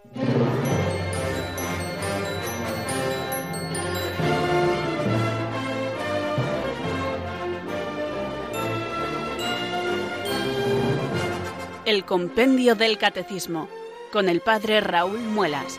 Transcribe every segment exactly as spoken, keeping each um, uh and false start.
El Compendio del Catecismo, con el Padre Raúl Muelas.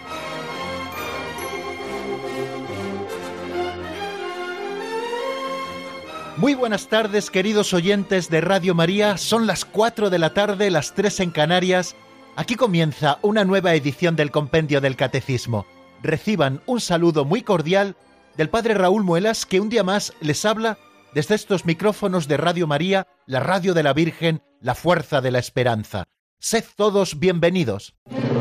Muy buenas tardes, queridos oyentes de Radio María. Son las cuatro de la tarde, las tres en Canarias. Aquí comienza una nueva edición del Compendio del Catecismo. Reciban un saludo muy cordial del Padre Raúl Muelas, que un día más les habla desde estos micrófonos de Radio María, la radio de la Virgen, la fuerza de la esperanza. Sed todos bienvenidos.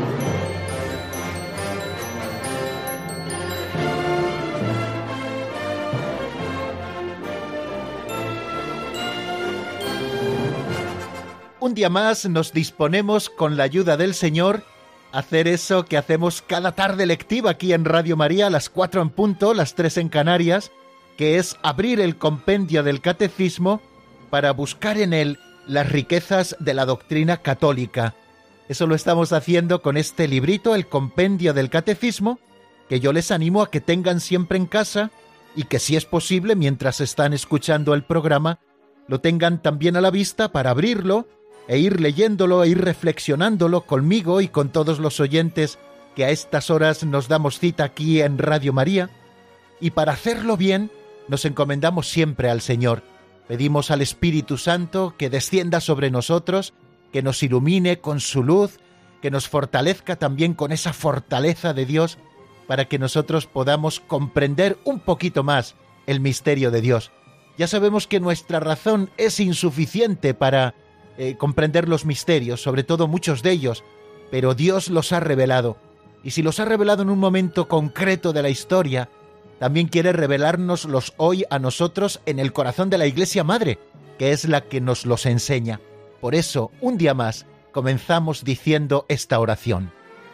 Un día más nos disponemos, con la ayuda del Señor, a hacer eso que hacemos cada tarde lectiva aquí en Radio María, a las cuatro en punto, las tres en Canarias, que es abrir el compendio del Catecismo para buscar en él las riquezas de la doctrina católica. Eso lo estamos haciendo con este librito, el Compendio del Catecismo, que yo les animo a que tengan siempre en casa y que, si es posible, mientras están escuchando el programa, lo tengan también a la vista para abrirlo e ir leyéndolo e ir reflexionándolo conmigo y con todos los oyentes que a estas horas nos damos cita aquí en Radio María. Y para hacerlo bien, nos encomendamos siempre al Señor. Pedimos al Espíritu Santo que descienda sobre nosotros, que nos ilumine con su luz, que nos fortalezca también con esa fortaleza de Dios, para que nosotros podamos comprender un poquito más el misterio de Dios. Ya sabemos que nuestra razón es insuficiente para eh, comprender los misterios, sobre todo muchos de ellos, pero Dios los ha revelado. Y si los ha revelado en un momento concreto de la historia, también quiere revelárnoslos hoy a nosotros en el corazón de la Iglesia Madre, que es la que nos los enseña. Por eso, un día más, comenzamos diciendo esta oración.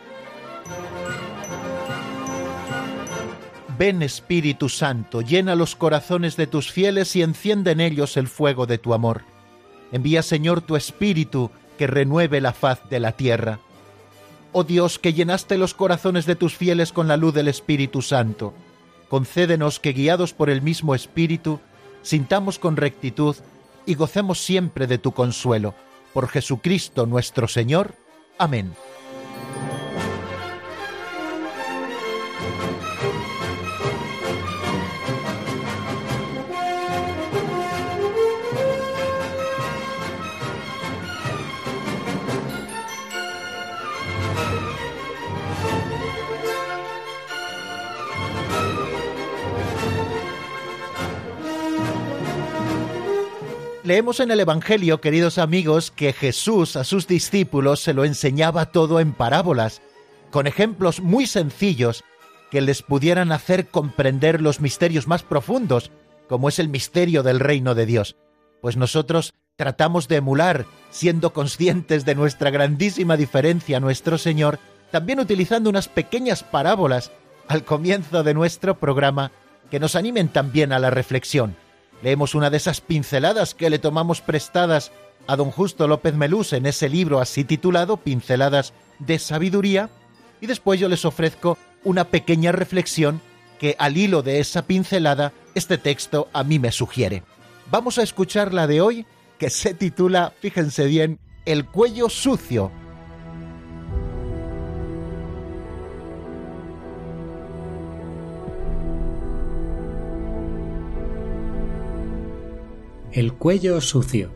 Ven, Espíritu Santo, llena los corazones de tus fieles y enciende en ellos el fuego de tu amor. Envía, Señor, tu Espíritu, que renueve la faz de la tierra. Oh Dios, que llenaste los corazones de tus fieles con la luz del Espíritu Santo, concédenos que, guiados por el mismo Espíritu, sintamos con rectitud y gocemos siempre de tu consuelo. Por Jesucristo nuestro Señor. Amén. Leemos en el Evangelio, queridos amigos, que Jesús a sus discípulos se lo enseñaba todo en parábolas, con ejemplos muy sencillos que les pudieran hacer comprender los misterios más profundos, como es el misterio del reino de Dios. Pues nosotros tratamos de emular, siendo conscientes de nuestra grandísima diferencia a nuestro Señor, también utilizando unas pequeñas parábolas al comienzo de nuestro programa que nos animen también a la reflexión. Leemos una de esas pinceladas que le tomamos prestadas a don Justo López Melús en ese libro así titulado Pinceladas de Sabiduría, y después yo les ofrezco una pequeña reflexión que, al hilo de esa pincelada, este texto a mí me sugiere. Vamos a escuchar la de hoy, que se titula, fíjense bien, El cuello sucio. El cuello sucio.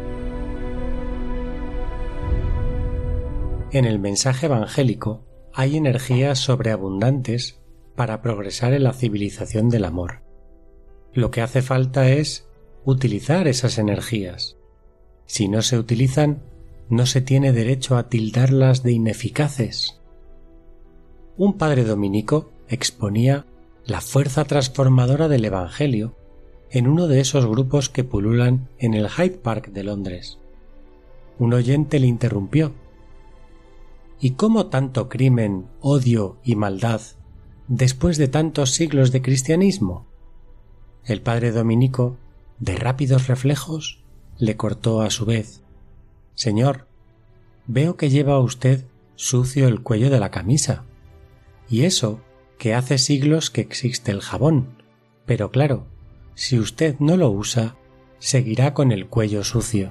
En el mensaje evangélico hay energías sobreabundantes para progresar en la civilización del amor. Lo que hace falta es utilizar esas energías. Si no se utilizan, no se tiene derecho a tildarlas de ineficaces. Un padre dominico exponía la fuerza transformadora del Evangelio en uno de esos grupos que pululan en el Hyde Park de Londres. Un oyente le interrumpió. ¿Y cómo tanto crimen, odio y maldad después de tantos siglos de cristianismo? El padre dominico, de rápidos reflejos, le cortó a su vez. Señor, veo que lleva usted sucio el cuello de la camisa. Y eso que hace siglos que existe el jabón. Pero claro, si usted no lo usa, seguirá con el cuello sucio.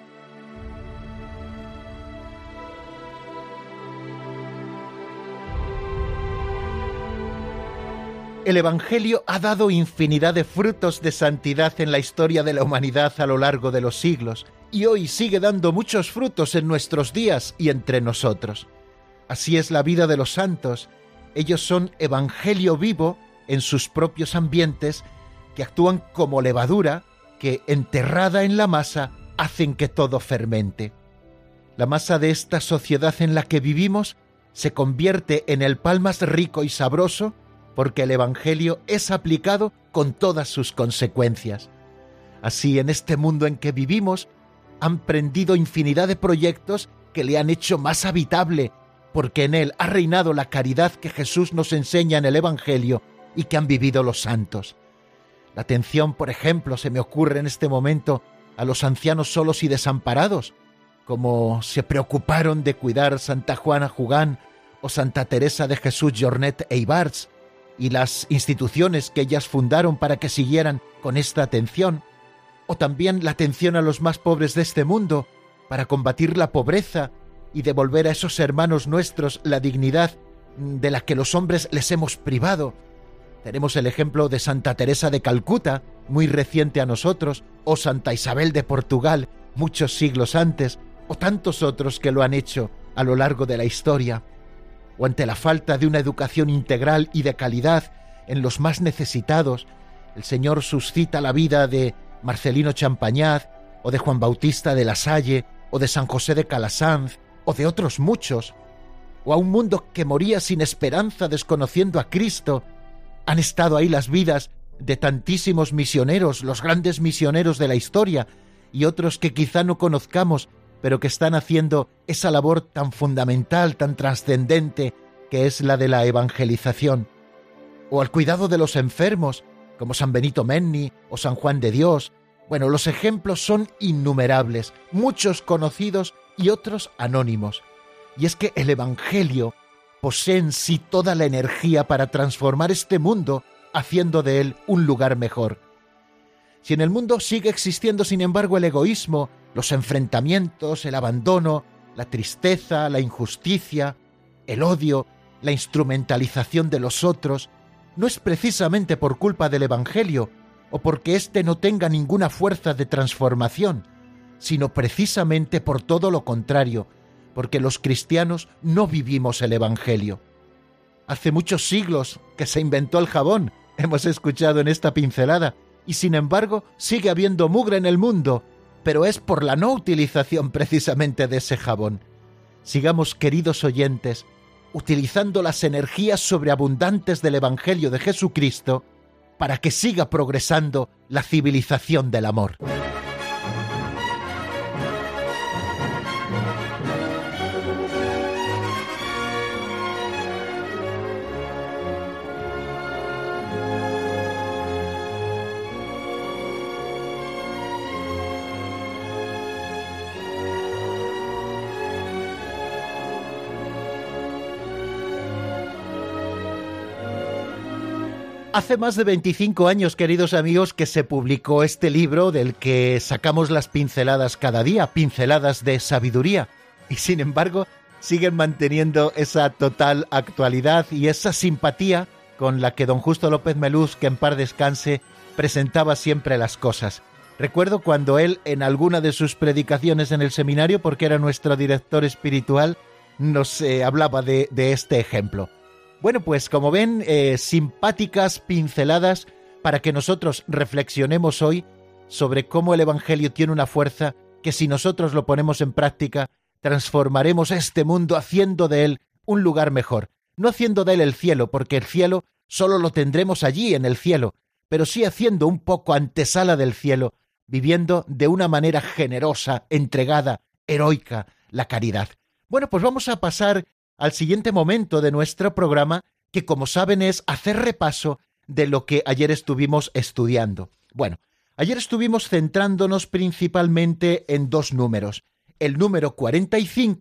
El Evangelio ha dado infinidad de frutos de santidad en la historia de la humanidad a lo largo de los siglos, y hoy sigue dando muchos frutos en nuestros días y entre nosotros. Así es la vida de los santos. Ellos son Evangelio vivo en sus propios ambientes, que actúan como levadura que, enterrada en la masa, hacen que todo fermente. La masa de esta sociedad en la que vivimos se convierte en el pan más rico y sabroso porque el Evangelio es aplicado con todas sus consecuencias. Así, en este mundo en que vivimos, han prendido infinidad de proyectos que le han hecho más habitable, porque en él ha reinado la caridad que Jesús nos enseña en el Evangelio y que han vivido los santos. La atención, por ejemplo, se me ocurre en este momento a los ancianos solos y desamparados, como se preocuparon de cuidar Santa Juana Jugán o Santa Teresa de Jesús Jornet e Ibars, y las instituciones que ellas fundaron para que siguieran con esta atención, o también la atención a los más pobres de este mundo, para combatir la pobreza y devolver a esos hermanos nuestros la dignidad de la que los hombres les hemos privado. Tenemos el ejemplo de Santa Teresa de Calcuta, muy reciente a nosotros, o Santa Isabel de Portugal, muchos siglos antes, o tantos otros que lo han hecho a lo largo de la historia. O ante la falta de una educación integral y de calidad en los más necesitados, el Señor suscita la vida de Marcelino Champagnat, o de Juan Bautista de la Salle, o de San José de Calasanz, o de otros muchos. O a un mundo que moría sin esperanza desconociendo a Cristo. Han estado ahí las vidas de tantísimos misioneros, los grandes misioneros de la historia, y otros que quizá no conozcamos, pero que están haciendo esa labor tan fundamental, tan trascendente, que es la de la evangelización. O al cuidado de los enfermos, como San Benito Menni o San Juan de Dios. Bueno, los ejemplos son innumerables, muchos conocidos y otros anónimos. Y es que el Evangelio posee en sí toda la energía para transformar este mundo, haciendo de él un lugar mejor. Si en el mundo sigue existiendo, sin embargo, el egoísmo, los enfrentamientos, el abandono, la tristeza, la injusticia, el odio, la instrumentalización de los otros, no es precisamente por culpa del Evangelio o porque éste no tenga ninguna fuerza de transformación, sino precisamente por todo lo contrario, porque los cristianos no vivimos el Evangelio. Hace muchos siglos que se inventó el jabón, hemos escuchado en esta pincelada, y sin embargo sigue habiendo mugre en el mundo, pero es por la no utilización precisamente de ese jabón. Sigamos, queridos oyentes, utilizando las energías sobreabundantes del Evangelio de Jesucristo para que siga progresando la civilización del amor. Hace más de veinticinco años, queridos amigos, que se publicó este libro del que sacamos las pinceladas cada día, pinceladas de sabiduría, y sin embargo siguen manteniendo esa total actualidad y esa simpatía con la que don Justo López Melús, que en paz descanse, presentaba siempre las cosas. Recuerdo cuando él, en alguna de sus predicaciones en el seminario, porque era nuestro director espiritual, nos eh, hablaba de, de este ejemplo. Bueno, pues como ven, eh, simpáticas pinceladas para que nosotros reflexionemos hoy sobre cómo el Evangelio tiene una fuerza que, si nosotros lo ponemos en práctica, transformaremos este mundo haciendo de él un lugar mejor. No haciendo de él el cielo, porque el cielo solo lo tendremos allí en el cielo, pero sí haciendo un poco antesala del cielo, viviendo de una manera generosa, entregada, heroica, la caridad. Bueno, pues vamos a pasar al siguiente momento de nuestro programa, que como saben es hacer repaso de lo que ayer estuvimos estudiando. Bueno, ayer estuvimos centrándonos principalmente en dos números. El número cuarenta y cinco,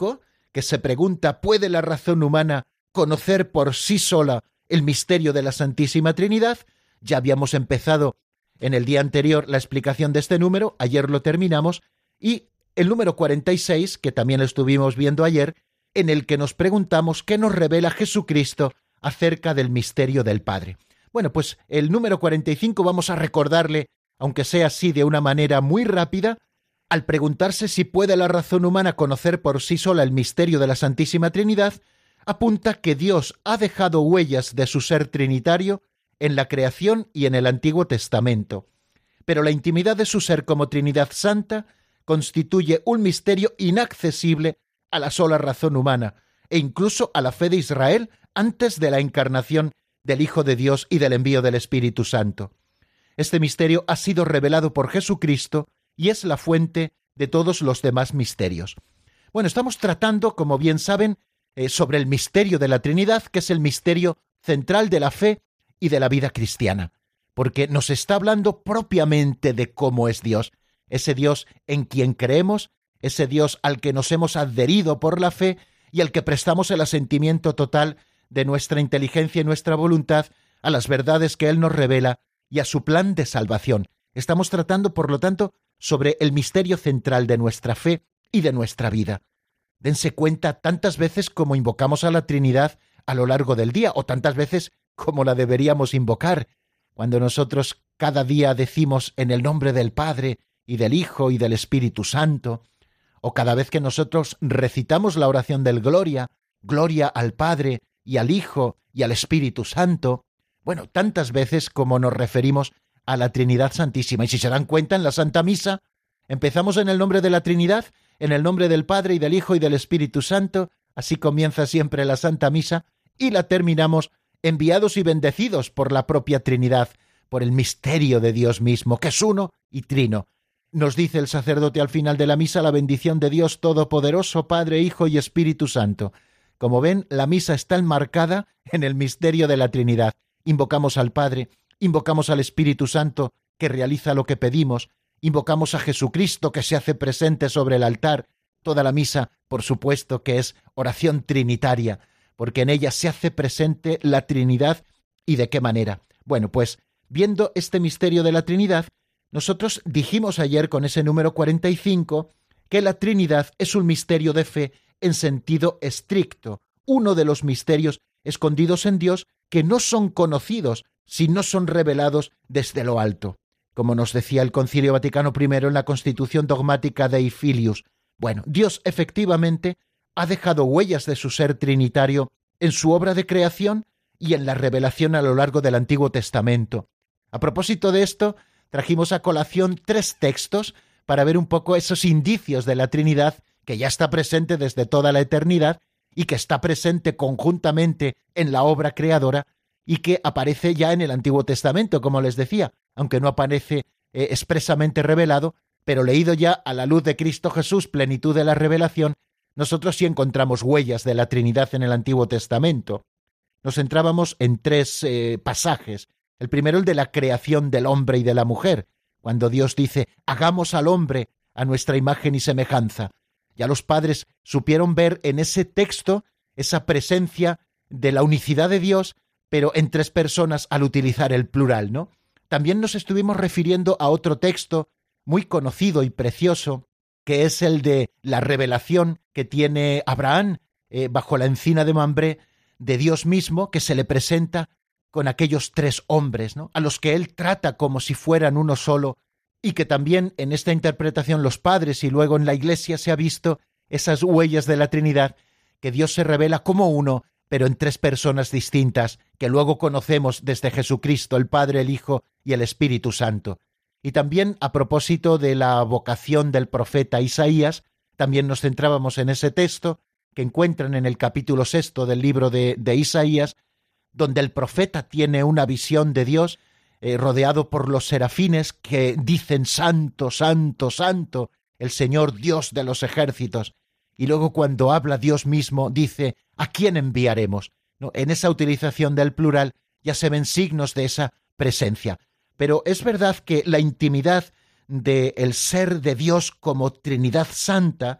que se pregunta: ¿puede la razón humana conocer por sí sola el misterio de la Santísima Trinidad? Ya habíamos empezado en el día anterior la explicación de este número, ayer lo terminamos, y el número cuarenta y seis, que también estuvimos viendo ayer, en el que nos preguntamos qué nos revela Jesucristo acerca del misterio del Padre. Bueno, pues el número cuarenta y cinco vamos a recordarle, aunque sea así de una manera muy rápida, al preguntarse si puede la razón humana conocer por sí sola el misterio de la Santísima Trinidad, apunta que Dios ha dejado huellas de su ser trinitario en la creación y en el Antiguo Testamento. Pero la intimidad de su ser como Trinidad Santa constituye un misterio inaccesible a la sola razón humana e incluso a la fe de Israel antes de la encarnación del Hijo de Dios y del envío del Espíritu Santo. Este misterio ha sido revelado por Jesucristo y es la fuente de todos los demás misterios. Bueno, estamos tratando, como bien saben, eh, sobre el misterio de la Trinidad, que es el misterio central de la fe y de la vida cristiana, porque nos está hablando propiamente de cómo es Dios, ese Dios en quien creemos, ese Dios al que nos hemos adherido por la fe y al que prestamos el asentimiento total de nuestra inteligencia y nuestra voluntad a las verdades que Él nos revela y a su plan de salvación. Estamos tratando, por lo tanto, sobre el misterio central de nuestra fe y de nuestra vida. Dense cuenta tantas veces como invocamos a la Trinidad a lo largo del día, o tantas veces como la deberíamos invocar, cuando nosotros cada día decimos en el nombre del Padre y del Hijo y del Espíritu Santo, o cada vez que nosotros recitamos la oración del Gloria, Gloria al Padre y al Hijo y al Espíritu Santo. Bueno, tantas veces como nos referimos a la Trinidad Santísima. Y si se dan cuenta, en la Santa Misa empezamos en el nombre de la Trinidad, en el nombre del Padre y del Hijo y del Espíritu Santo. Así comienza siempre la Santa Misa, y la terminamos enviados y bendecidos por la propia Trinidad, por el misterio de Dios mismo, que es uno y trino. Nos dice el sacerdote al final de la misa la bendición de Dios Todopoderoso, Padre, Hijo y Espíritu Santo. Como ven, la misa está enmarcada en el misterio de la Trinidad. Invocamos al Padre, invocamos al Espíritu Santo, que realiza lo que pedimos, invocamos a Jesucristo, que se hace presente sobre el altar. Toda la misa, por supuesto, que es oración trinitaria, porque en ella se hace presente la Trinidad. ¿Y de qué manera? Bueno, pues viendo este misterio de la Trinidad, nosotros dijimos ayer con ese número cuarenta y cinco que la Trinidad es un misterio de fe en sentido estricto, uno de los misterios escondidos en Dios que no son conocidos si no son revelados desde lo alto, como nos decía el Concilio Vaticano primero en la Constitución Dogmática Dei Filius. Bueno, Dios efectivamente ha dejado huellas de su ser trinitario en su obra de creación y en la revelación a lo largo del Antiguo Testamento. A propósito de esto, trajimos a colación tres textos para ver un poco esos indicios de la Trinidad que ya está presente desde toda la eternidad y que está presente conjuntamente en la obra creadora y que aparece ya en el Antiguo Testamento, como les decía, aunque no aparece eh, expresamente revelado, pero leído ya a la luz de Cristo Jesús, plenitud de la revelación, nosotros sí encontramos huellas de la Trinidad en el Antiguo Testamento. Nos centrábamos en tres eh, pasajes. El primero, el de la creación del hombre y de la mujer, cuando Dios dice, hagamos al hombre a nuestra imagen y semejanza. Ya los padres supieron ver en ese texto esa presencia de la unicidad de Dios, pero en tres personas al utilizar el plural, ¿no? También nos estuvimos refiriendo a otro texto muy conocido y precioso, que es el de la revelación que tiene Abraham eh, bajo la encina de Mambré de Dios mismo, que se le presenta con aquellos tres hombres, ¿no?, a los que él trata como si fueran uno solo, y que también en esta interpretación los padres y luego en la Iglesia se ha visto esas huellas de la Trinidad, que Dios se revela como uno, pero en tres personas distintas, que luego conocemos desde Jesucristo, el Padre, el Hijo y el Espíritu Santo. Y también a propósito de la vocación del profeta Isaías, también nos centrábamos en ese texto que encuentran en el capítulo sexto del libro de, de Isaías, donde el profeta tiene una visión de Dios eh, rodeado por los serafines que dicen santo, santo, santo, el Señor Dios de los ejércitos. Y luego cuando habla Dios mismo dice, ¿a quién enviaremos? ¿No? En esa utilización del plural ya se ven signos de esa presencia. Pero es verdad que la intimidad del ser de Dios como Trinidad Santa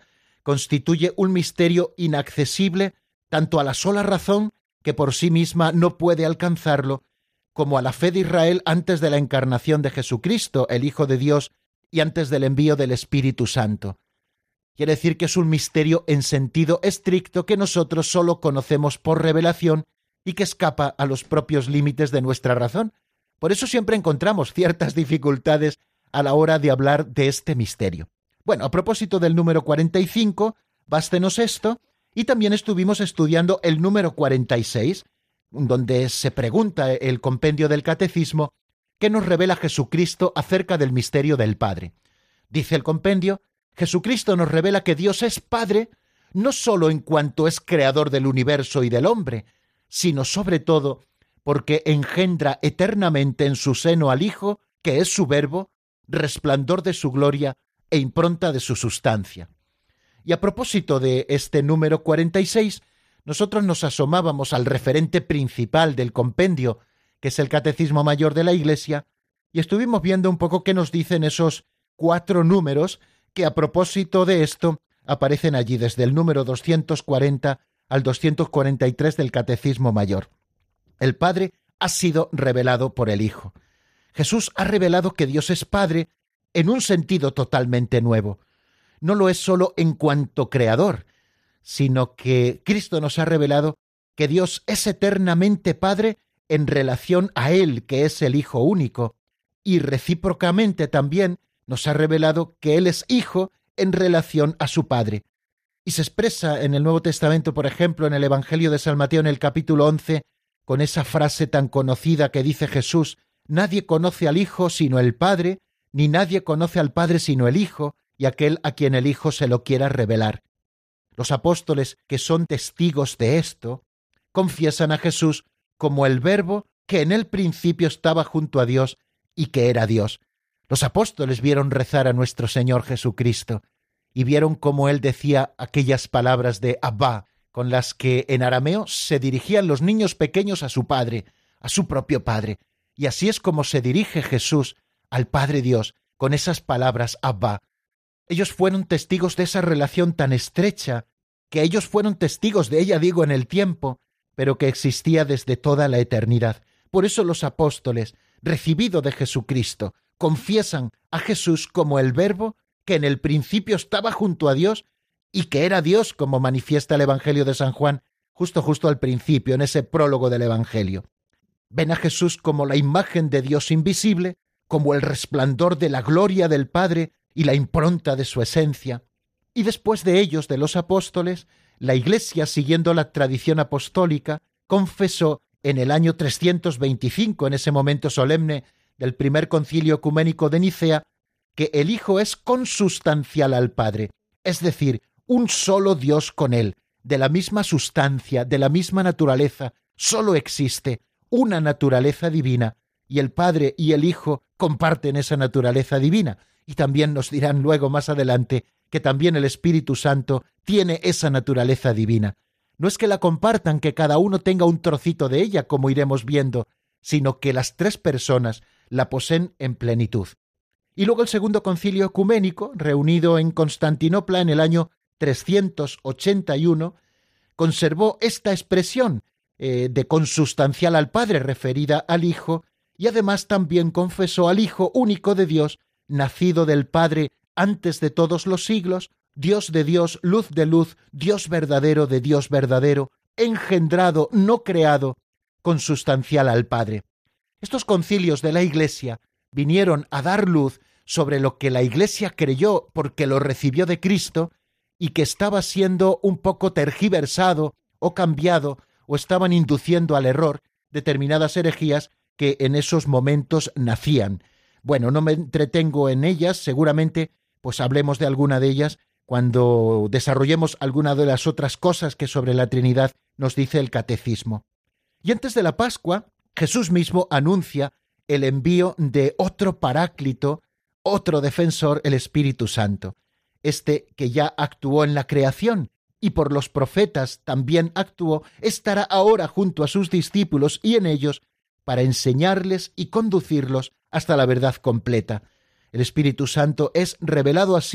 constituye un misterio inaccesible tanto a la sola razón, que por sí misma no puede alcanzarlo, como a la fe de Israel antes de la encarnación de Jesucristo, el Hijo de Dios, y antes del envío del Espíritu Santo. Quiere decir que es un misterio en sentido estricto que nosotros solo conocemos por revelación y que escapa a los propios límites de nuestra razón. Por eso siempre encontramos ciertas dificultades a la hora de hablar de este misterio. Bueno, a propósito del número cuarenta y cinco, bástenos esto, y también estuvimos estudiando el número cuarenta y seis, donde se pregunta el compendio del Catecismo qué nos revela Jesucristo acerca del misterio del Padre. Dice el compendio: Jesucristo nos revela que Dios es Padre no sólo en cuanto es creador del universo y del hombre, sino sobre todo porque engendra eternamente en su seno al Hijo, que es su Verbo, resplandor de su gloria e impronta de su sustancia. Y a propósito de este número cuarenta y seis, nosotros nos asomábamos al referente principal del compendio, que es el Catecismo Mayor de la Iglesia, y estuvimos viendo un poco qué nos dicen esos cuatro números que a propósito de esto aparecen allí desde el número doscientos cuarenta al doscientos cuarenta y tres del Catecismo Mayor. El Padre ha sido revelado por el Hijo. Jesús ha revelado que Dios es Padre en un sentido totalmente nuevo. No lo es solo en cuanto creador, sino que Cristo nos ha revelado que Dios es eternamente Padre en relación a Él, que es el Hijo único, y recíprocamente también nos ha revelado que Él es Hijo en relación a su Padre. Y se expresa en el Nuevo Testamento, por ejemplo, en el Evangelio de San Mateo, en el capítulo once, con esa frase tan conocida que dice Jesús: nadie conoce al Hijo sino el Padre, ni nadie conoce al Padre sino el Hijo, y aquel a quien el Hijo se lo quiera revelar. Los apóstoles, que son testigos de esto, confiesan a Jesús como el Verbo que en el principio estaba junto a Dios y que era Dios. Los apóstoles vieron rezar a nuestro Señor Jesucristo y vieron cómo Él decía aquellas palabras de Abba, con las que en arameo se dirigían los niños pequeños a su Padre, a su propio Padre. Y así es como se dirige Jesús al Padre Dios, con esas palabras Abba. Ellos fueron testigos de esa relación tan estrecha, que ellos fueron testigos de ella, digo, en el tiempo, pero que existía desde toda la eternidad. Por eso los apóstoles, recibido de Jesucristo, confiesan a Jesús como el Verbo que en el principio estaba junto a Dios y que era Dios, como manifiesta el Evangelio de San Juan, justo justo al principio, en ese prólogo del Evangelio. Ven a Jesús como la imagen de Dios invisible, como el resplandor de la gloria del Padre y la impronta de su esencia. Y después de ellos, de los apóstoles, la Iglesia, siguiendo la tradición apostólica, confesó en el año trescientos veinticinco, en ese momento solemne del primer concilio ecuménico de Nicea, que el Hijo es consustancial al Padre, es decir, un solo Dios con Él, de la misma sustancia, de la misma naturaleza. Solo existe una naturaleza divina, y el Padre y el Hijo comparten esa naturaleza divina. Y también nos dirán luego más adelante que también el Espíritu Santo tiene esa naturaleza divina. No es que la compartan, que cada uno tenga un trocito de ella, como iremos viendo, sino que las tres personas la poseen en plenitud. Y luego el segundo concilio ecuménico, reunido en Constantinopla en el año trescientos ochenta y uno, conservó esta expresión eh, de consustancial al Padre referida al Hijo, y además también confesó al Hijo único de Dios, nacido del Padre antes de todos los siglos, Dios de Dios, luz de luz, Dios verdadero de Dios verdadero, engendrado, no creado, consustancial al Padre. Estos concilios de la Iglesia vinieron a dar luz sobre lo que la Iglesia creyó porque lo recibió de Cristo y que estaba siendo un poco tergiversado o cambiado, o estaban induciendo al error determinadas herejías que en esos momentos nacían. Bueno, no me entretengo en ellas, seguramente pues hablemos de alguna de ellas cuando desarrollemos alguna de las otras cosas que sobre la Trinidad nos dice el Catecismo. Y antes de la Pascua, Jesús mismo anuncia el envío de otro Paráclito, otro defensor, el Espíritu Santo. Este que ya actuó en la creación y por los profetas también actuó, estará ahora junto a sus discípulos y en ellos para enseñarles y conducirlos hasta la verdad completa. El Espíritu Santo es revelado así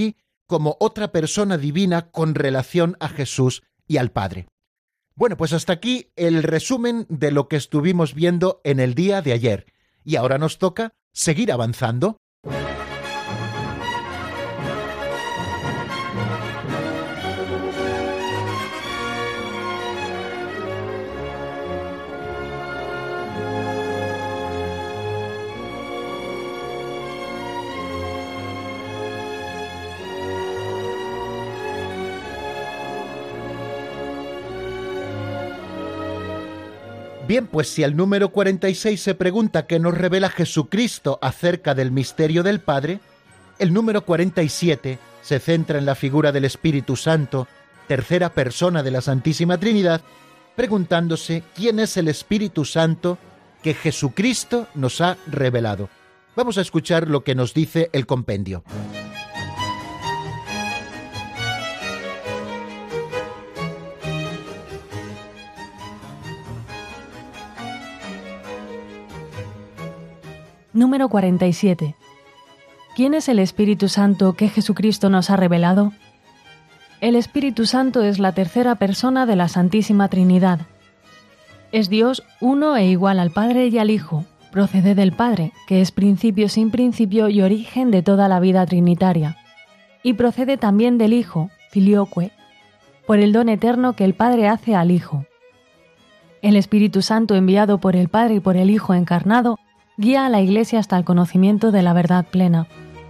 como otra persona divina con relación a Jesús y al Padre. Bueno, pues hasta aquí el resumen de lo que estuvimos viendo en el día de ayer. Y ahora nos toca seguir avanzando. Bien, pues si el número cuarenta y seis se pregunta qué nos revela Jesucristo acerca del misterio del Padre, el número cuarenta y siete se centra en la figura del Espíritu Santo, tercera persona de la Santísima Trinidad, preguntándose quién es el Espíritu Santo que Jesucristo nos ha revelado. Vamos a escuchar lo que nos dice el compendio. Número cuarenta y siete. ¿Quién es el Espíritu Santo que Jesucristo nos ha revelado? El Espíritu Santo es la tercera persona de la Santísima Trinidad. Es Dios uno e igual al Padre y al Hijo, procede del Padre, que es principio sin principio y origen de toda la vida trinitaria, y procede también del Hijo, filioque, por el don eterno que el Padre hace al Hijo. El Espíritu Santo enviado por el Padre y por el Hijo encarnado guía a la Iglesia hasta el conocimiento de la verdad plena.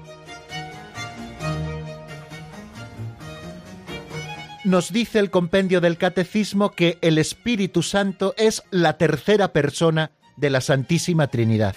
Nos dice el compendio del Catecismo que el Espíritu Santo es la tercera persona de la Santísima Trinidad.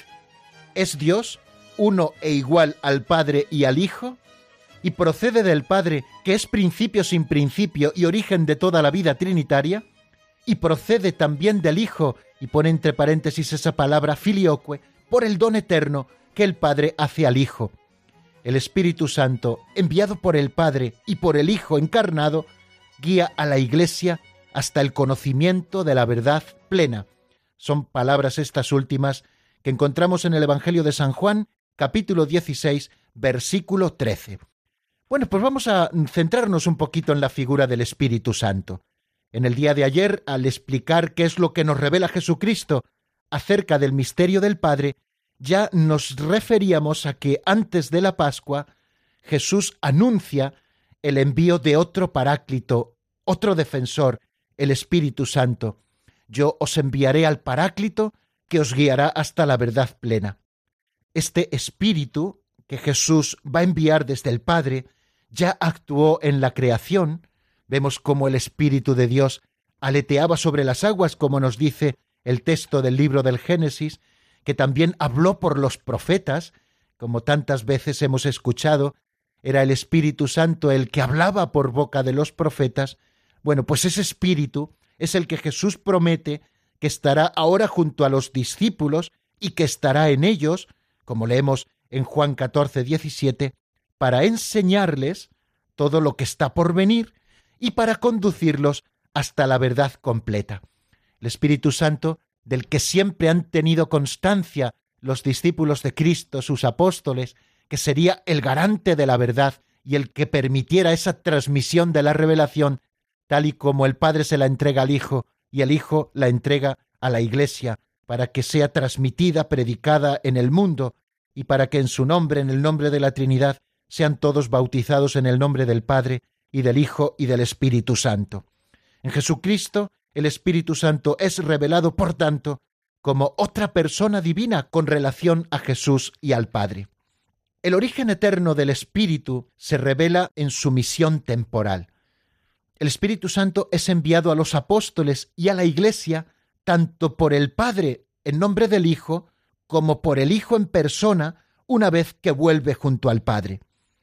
Es Dios, uno e igual al Padre y al Hijo, y procede del Padre, que es principio sin principio y origen de toda la vida trinitaria, y procede también del Hijo, y pone entre paréntesis esa palabra filioque, por el don eterno que el Padre hace al Hijo. El Espíritu Santo, enviado por el Padre y por el Hijo encarnado, guía a la Iglesia hasta el conocimiento de la verdad plena. Son palabras estas últimas que encontramos en el Evangelio de San Juan, capítulo dieciséis, versículo trece. Bueno, pues vamos a centrarnos un poquito en la figura del Espíritu Santo. En el día de ayer, al explicar qué es lo que nos revela Jesucristo acerca del misterio del Padre, ya nos referíamos a que antes de la Pascua Jesús anuncia el envío de otro Paráclito, otro defensor, el Espíritu Santo. Yo os enviaré al Paráclito que os guiará hasta la verdad plena. Este Espíritu que Jesús va a enviar desde el Padre ya actuó en la creación. Vemos cómo el Espíritu de Dios aleteaba sobre las aguas, como nos dice el texto del libro del Génesis, que también habló por los profetas, como tantas veces hemos escuchado, era el Espíritu Santo el que hablaba por boca de los profetas. Bueno, pues ese Espíritu es el que Jesús promete que estará ahora junto a los discípulos y que estará en ellos, como leemos en Juan catorce, diecisiete, para enseñarles todo lo que está por venir y para conducirlos hasta la verdad completa. El Espíritu Santo, del que siempre han tenido constancia los discípulos de Cristo, sus apóstoles, que sería el garante de la verdad y el que permitiera esa transmisión de la revelación, tal y como el Padre se la entrega al Hijo y el Hijo la entrega a la Iglesia, para que sea transmitida, predicada en el mundo, y para que en su nombre, en el nombre de la Trinidad, sean todos bautizados en el nombre del Padre y del Hijo y del Espíritu Santo. En Jesucristo, el Espíritu Santo es revelado, por tanto, como otra persona divina con relación a Jesús y al Padre. El origen eterno del Espíritu se revela en su misión temporal. El Espíritu Santo es enviado a los apóstoles y a la Iglesia tanto por el Padre en nombre del Hijo como por el Hijo en persona una vez que vuelve junto al Padre.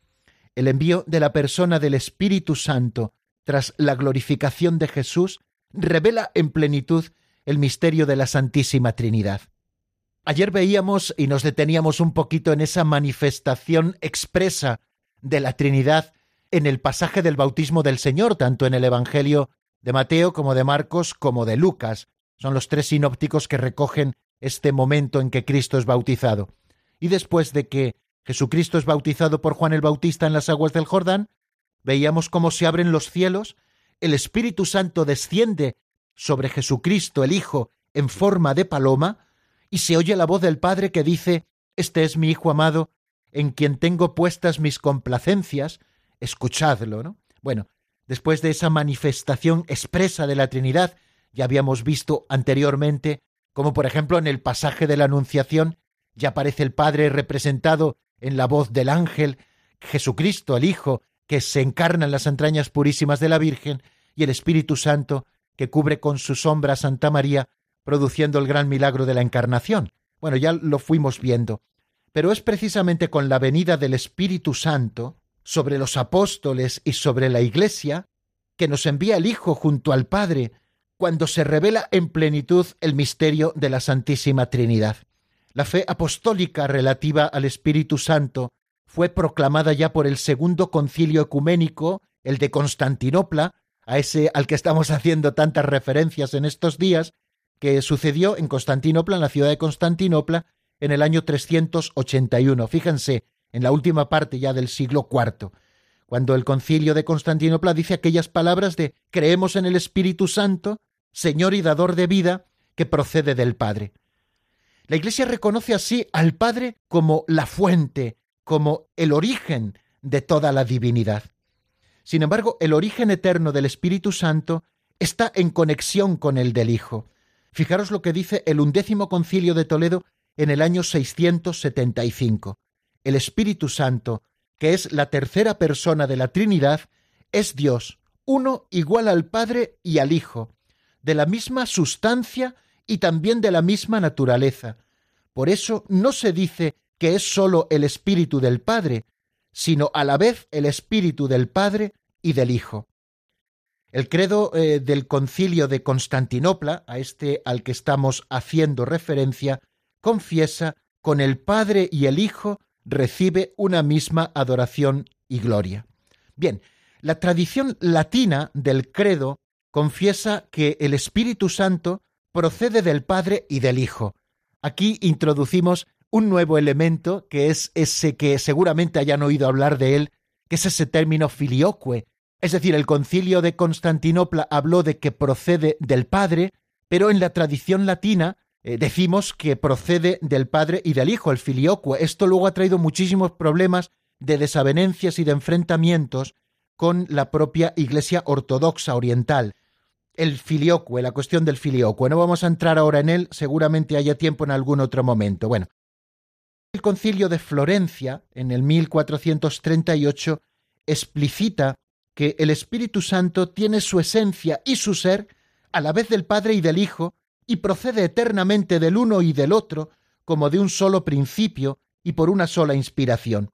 El envío de la persona del Espíritu Santo tras la glorificación de Jesús revela en plenitud el misterio de la Santísima Trinidad. Ayer veíamos y nos deteníamos un poquito en esa manifestación expresa de la Trinidad en el pasaje del bautismo del Señor, tanto en el Evangelio de Mateo como de Marcos como de Lucas. Son los tres sinópticos que recogen este momento en que Cristo es bautizado. Y después de que Jesucristo es bautizado por Juan el Bautista en las aguas del Jordán, veíamos cómo se abren los cielos, el Espíritu Santo desciende sobre Jesucristo, el Hijo, en forma de paloma, y se oye la voz del Padre que dice: «Este es mi Hijo amado, en quien tengo puestas mis complacencias, escuchadlo», ¿no? Bueno, después de esa manifestación expresa de la Trinidad, ya habíamos visto anteriormente, como por ejemplo en el pasaje de la Anunciación, ya aparece el Padre representado en la voz del ángel, Jesucristo, el Hijo, que se encarna en las entrañas purísimas de la Virgen, y el Espíritu Santo, que cubre con su sombra a Santa María, produciendo el gran milagro de la Encarnación. Bueno, ya lo fuimos viendo. Pero es precisamente con la venida del Espíritu Santo sobre los apóstoles y sobre la Iglesia que nos envía el Hijo junto al Padre, cuando se revela en plenitud el misterio de la Santísima Trinidad. La fe apostólica relativa al Espíritu Santo fue proclamada ya por el Segundo Concilio Ecuménico, el de Constantinopla, a ese al que estamos haciendo tantas referencias en estos días, que sucedió en Constantinopla, en la ciudad de Constantinopla, en el año trescientos ochenta y uno. Fíjense, en la última parte ya del siglo cuarto, cuando el Concilio de Constantinopla dice aquellas palabras de: «Creemos en el Espíritu Santo, Señor y dador de vida, que procede del Padre». La Iglesia reconoce así al Padre como la fuente, como el origen de toda la divinidad. Sin embargo, el origen eterno del Espíritu Santo está en conexión con el del Hijo. Fijaros lo que dice el undécimo Concilio de Toledo en el año seiscientos setenta y cinco. El Espíritu Santo, que es la tercera persona de la Trinidad, es Dios, uno igual al Padre y al Hijo, de la misma sustancia y también de la misma naturaleza. Por eso no se dice que es sólo el Espíritu del Padre, sino a la vez el Espíritu del Padre y del Hijo. El credo eh, del Concilio de Constantinopla, a este al que estamos haciendo referencia, confiesa: con el Padre y el Hijo recibe una misma adoración y gloria. Bien, la tradición latina del credo confiesa que el Espíritu Santo procede del Padre y del Hijo. Aquí introducimos un nuevo elemento, que es ese que seguramente hayan oído hablar de él, que es ese término filioque. Es decir, el Concilio de Constantinopla habló de que procede del Padre, pero en la tradición latina eh, decimos que procede del Padre y del Hijo, el filioque. Esto luego ha traído muchísimos problemas de desavenencias y de enfrentamientos con la propia Iglesia ortodoxa oriental. El filioque, la cuestión del filioque. No vamos a entrar ahora en él, seguramente haya tiempo en algún otro momento. Bueno, el Concilio de Florencia, en el mil cuatrocientos treinta y ocho, explicita que el Espíritu Santo tiene su esencia y su ser a la vez del Padre y del Hijo, y procede eternamente del uno y del otro, como de un solo principio y por una sola inspiración.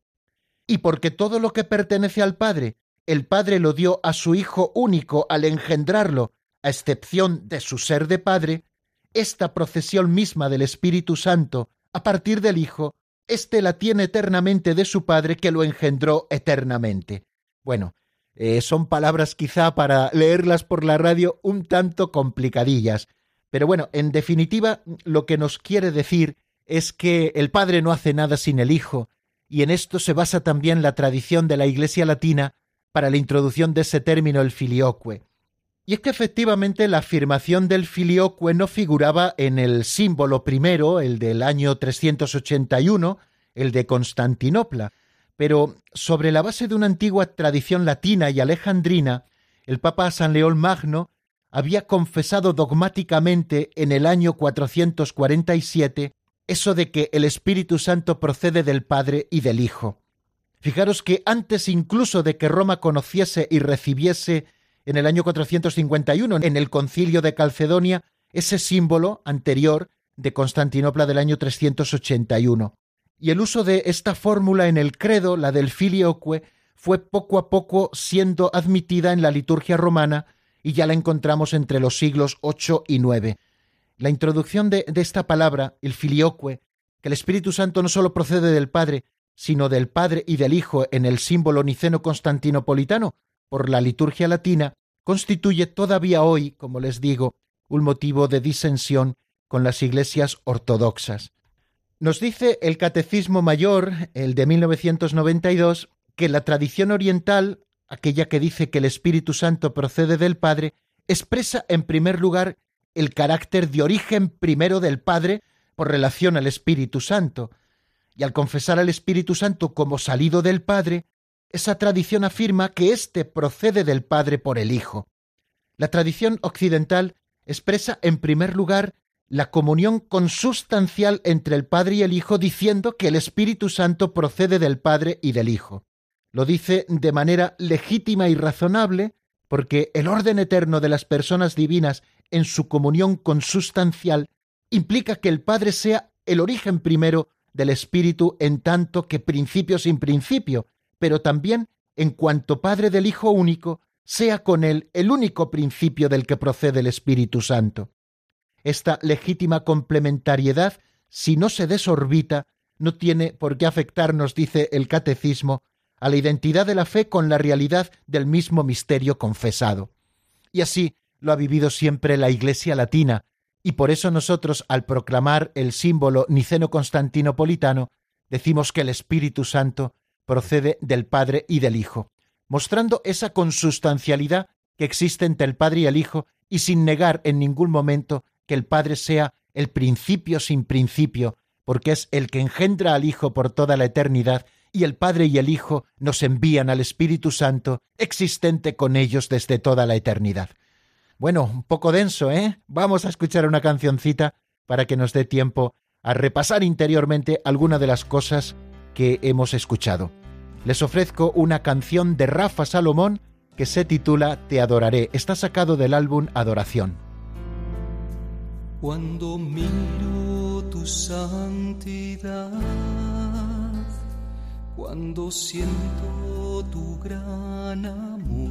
Y porque todo lo que pertenece al Padre, el Padre lo dio a su Hijo único al engendrarlo, a excepción de su ser de Padre, esta procesión misma del Espíritu Santo, a partir del Hijo, éste la tiene eternamente de su Padre, que lo engendró eternamente. Bueno, eh, son palabras quizá para leerlas por la radio un tanto complicadillas, pero bueno, en definitiva, lo que nos quiere decir es que el Padre no hace nada sin el Hijo, y en esto se basa también la tradición de la Iglesia latina para la introducción de ese término, el filioque. Y es que efectivamente la afirmación del filioque no figuraba en el símbolo primero, el del año trescientos ochenta y uno, el de Constantinopla, pero sobre la base de una antigua tradición latina y alejandrina, el Papa San León Magno había confesado dogmáticamente en el año cuatrocientos cuarenta y siete eso de que el Espíritu Santo procede del Padre y del Hijo. Fijaros que antes incluso de que Roma conociese y recibiese en el año cuatrocientos cincuenta y uno, en el Concilio de Calcedonia, ese símbolo anterior de Constantinopla del año trescientos ochenta y uno. Y el uso de esta fórmula en el credo, la del filioque, fue poco a poco siendo admitida en la liturgia romana y ya la encontramos entre los siglos ocho y nueve. La introducción de, de esta palabra, el filioque, que el Espíritu Santo no solo procede del Padre, sino del Padre y del Hijo en el símbolo niceno-constantinopolitano, por la liturgia latina, constituye todavía hoy, como les digo, un motivo de disensión con las iglesias ortodoxas. Nos dice el Catecismo Mayor, el de mil novecientos noventa y dos, que la tradición oriental aquella que dice que el Espíritu Santo procede del Padre, expresa en primer lugar el carácter de origen primero del Padre por relación al Espíritu Santo. Y al confesar al Espíritu Santo como salido del Padre, esa tradición afirma que éste procede del Padre por el Hijo. La tradición occidental expresa en primer lugar la comunión consustancial entre el Padre y el Hijo, diciendo que el Espíritu Santo procede del Padre y del Hijo. Lo dice de manera legítima y razonable, porque el orden eterno de las personas divinas en su comunión consustancial implica que el Padre sea el origen primero del Espíritu en tanto que principio sin principio, pero también en cuanto Padre del Hijo único, sea con él el único principio del que procede el Espíritu Santo. Esta legítima complementariedad, si no se desorbita, no tiene por qué afectarnos, dice el Catecismo, a la identidad de la fe con la realidad del mismo misterio confesado. Y así lo ha vivido siempre la Iglesia latina, y por eso nosotros, al proclamar el símbolo niceno-constantinopolitano, decimos que el Espíritu Santo procede del Padre y del Hijo, mostrando esa consustancialidad que existe entre el Padre y el Hijo, y sin negar en ningún momento que el Padre sea el principio sin principio, porque es el que engendra al Hijo por toda la eternidad, y el Padre y el Hijo nos envían al Espíritu Santo, existente con ellos desde toda la eternidad. Bueno, un poco denso, ¿eh? Vamos a escuchar una cancioncita para que nos dé tiempo a repasar interiormente alguna de las cosas que hemos escuchado. Les ofrezco una canción de Rafa Salomón que se titula Te adoraré. Está sacado del álbum Adoración. Cuando miro tu santidad, cuando siento tu gran amor,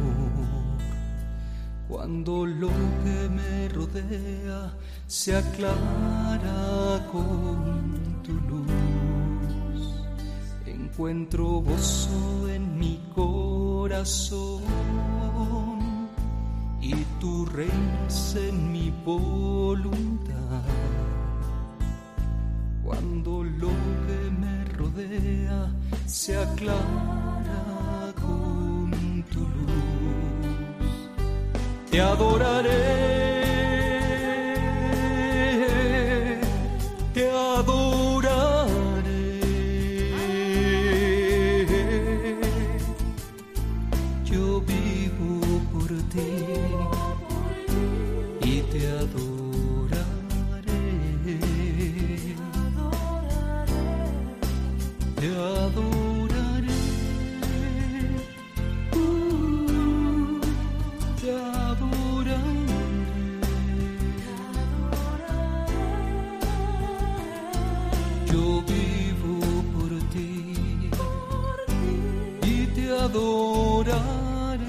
cuando lo que me rodea se aclara con tu luz, encuentro gozo en mi corazón y tú reinas en mi voluntad. Cuando lo que me rodea se aclara con tu luz, te adoraré, te adoraré, yo vivo por ti y te adoraré. Te adoraré, uh, te adoraré, yo vivo por ti y te adoraré.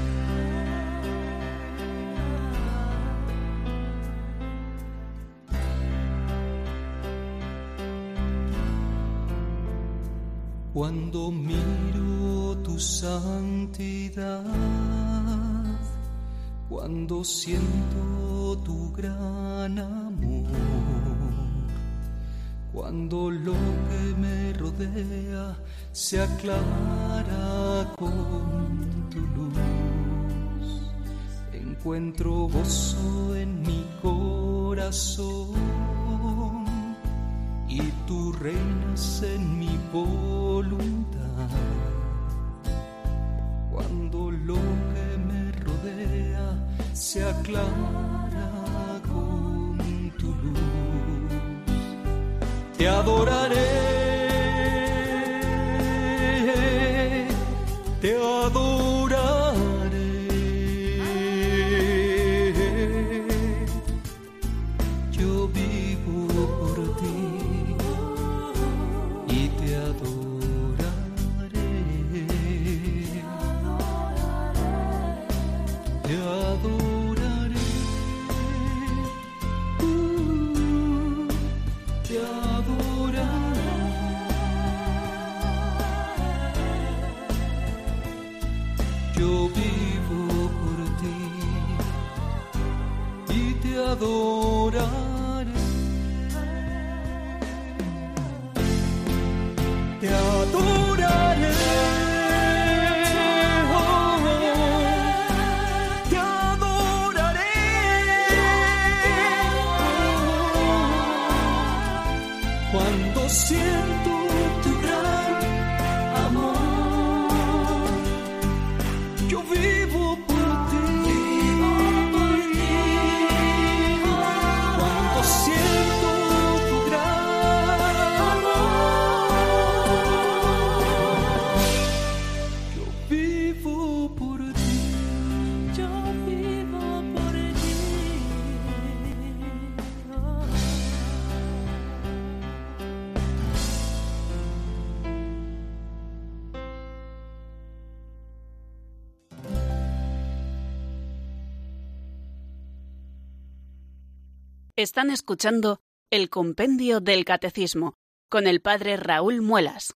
Cuando miro tu santidad, cuando siento tu gran amor, cuando lo que me rodea se aclara con tu luz, encuentro gozo en mi corazón y tú reinas en mi voluntad. Cuando lo que me rodea se aclara con tu luz, te adoraré, te adoraré, yo vivo por ti y te adoraré, te adoraré, uh, te adoraré, yo vivo por ti y te adoraré. siento tu gran amor, yo vivo por ti, vivo por ti. Cuando siento tu gran amor, yo vivo por ti, yo vivo por ti. Están escuchando el Compendio del Catecismo con el Padre Raúl Muelas.